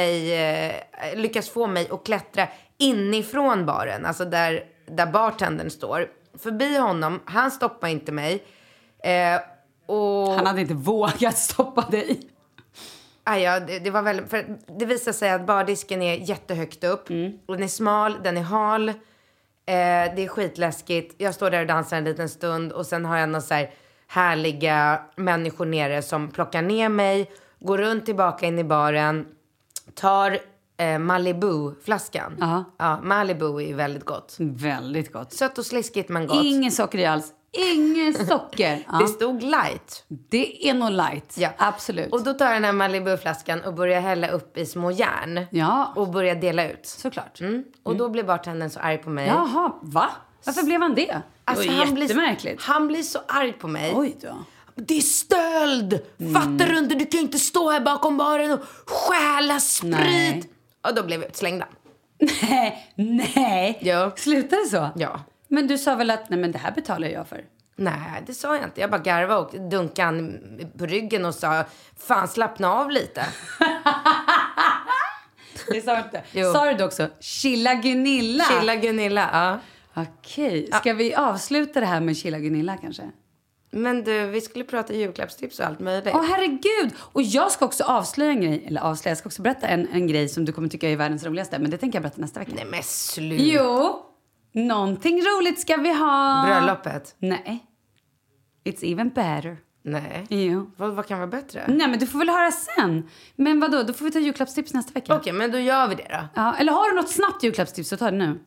få mig att klättra inifrån baren. Alltså där bartendern står. Förbi honom. Han stoppar inte mig. Och han hade inte vågat stoppa dig. Ja, det var väldigt... För det visar sig att bardisken är jättehögt upp. Och den är smal, den är hal. Det är skitläskigt. Jag står där och dansar en liten stund. Och sen har jag några så här härliga människor nere som plockar ner mig. Går runt tillbaka in i baren. Tar Malibu-flaskan. Ja, Malibu är väldigt gott. Väldigt gott. Sött och sliskigt men gott. Ingen socker i alls. Ingen socker. Det stod light. Det är nog light. Ja, absolut. Och då tar jag den här Malibu-flaskan och börjar hälla upp i små järn. Ja. Och börjar dela ut. Såklart. Och då blir bartendern så arg på mig. Jaha, va? Varför blev han det? Alltså, det var jättemärkligt. Han blir så arg på mig. Oj då. Det är stöld! Fattar du inte? Du kan inte stå här bakom baren och stjäla sprit. Nej. Och då blev jag utslängda. Nej. Ja. Slutade det så? Ja. Men du sa väl att nej, men det här betalar jag för? Nej, det sa jag inte. Jag bara garvade och dunkade han på ryggen och sa, fan slappna av lite. Det sa inte. Sa du också, chilla Gunilla? Chilla Gunilla, ja. Okej, ska vi avsluta det här med chilla Gunilla kanske? Men du, vi skulle prata julklappstips och allt möjligt. Herregud! Och jag ska också avslöja en grej. Jag ska också berätta en grej som du kommer tycka är världens roligaste. Men det tänker jag berätta nästa vecka. Nej men slut. Jo, någonting roligt ska vi ha. Bröllopet? Nej. It's even better. Nej. Jo. Vad kan vara bättre? Nej, men du får väl höra sen. Men vadå, då får vi ta julklappstips nästa vecka. Okej, men då gör vi det då. Ja, eller har du något snabbt julklappstips så ta det nu.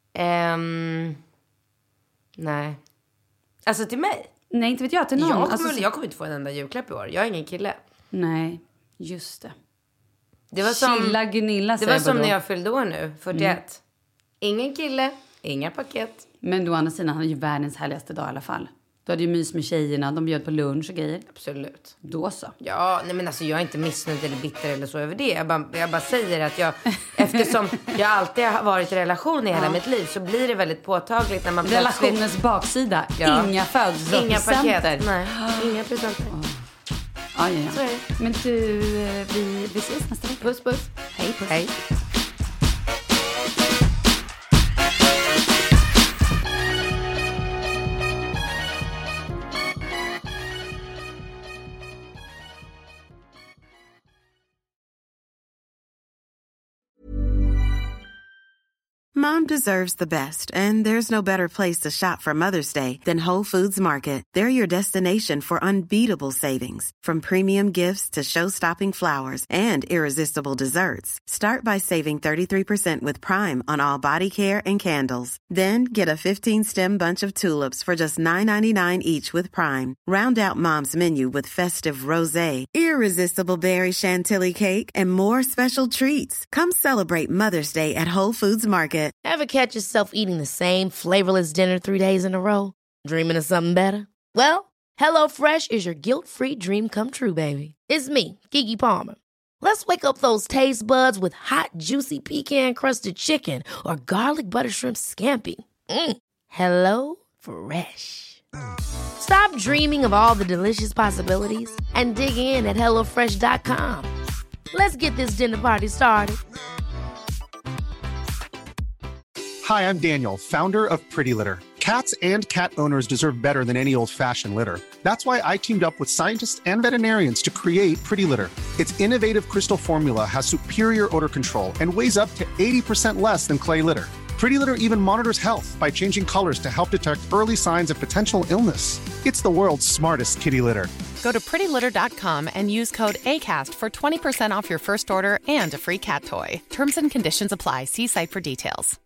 Nej. Alltså till mig? Nej, inte vet jag. Till någon. Jag kommer inte få en enda julklapp i år. Jag är ingen kille. Nej, just det. Det var som, Chilla Gunilla, det var som när jag fyllde år nu, 41. Ingen kille, inga paket. Men då, andra sidan, hade ju världens härligaste dag i alla fall. Du hade ju mys med tjejerna, de bjöd på lunch och grejer. Absolut. Då så. Ja, nej men alltså jag är inte missnöjd eller bitter eller så över det. Jag bara säger att eftersom jag alltid har varit i relation i hela mitt liv så blir det väldigt påtagligt när man relationens baksida. Ja. Inga födelsedagspresenter. Inga paket. Nej, inga presenter. Ja. Men du, vi ses nästa vecka. Puss, puss. Hej, puss. Hej. Mom deserves the best, and there's no better place to shop for Mother's Day than Whole Foods Market. They're your destination for unbeatable savings, from premium gifts to show-stopping flowers and irresistible desserts. Start by saving 33% with Prime on all body care and candles. Then get a 15-stem bunch of tulips for just $9.99 each with Prime. Round out Mom's menu with festive rosé, irresistible berry chantilly cake, and more special treats. Come celebrate Mother's Day at Whole Foods Market. Ever catch yourself eating the same flavorless dinner 3 days in a row? Dreaming of something better? Well, HelloFresh is your guilt-free dream come true, baby. It's me, Keke Palmer. Let's wake up those taste buds with hot, juicy pecan-crusted chicken or garlic butter shrimp scampi. Hello Fresh. Stop dreaming of all the delicious possibilities and dig in at HelloFresh.com. Let's get this dinner party started. Hi, I'm Daniel, founder of Pretty Litter. Cats and cat owners deserve better than any old-fashioned litter. That's why I teamed up with scientists and veterinarians to create Pretty Litter. Its innovative crystal formula has superior odor control and weighs up to 80% less than clay litter. Pretty Litter even monitors health by changing colors to help detect early signs of potential illness. It's the world's smartest kitty litter. Go to prettylitter.com and use code ACAST for 20% off your first order and a free cat toy. Terms and conditions apply. See site for details.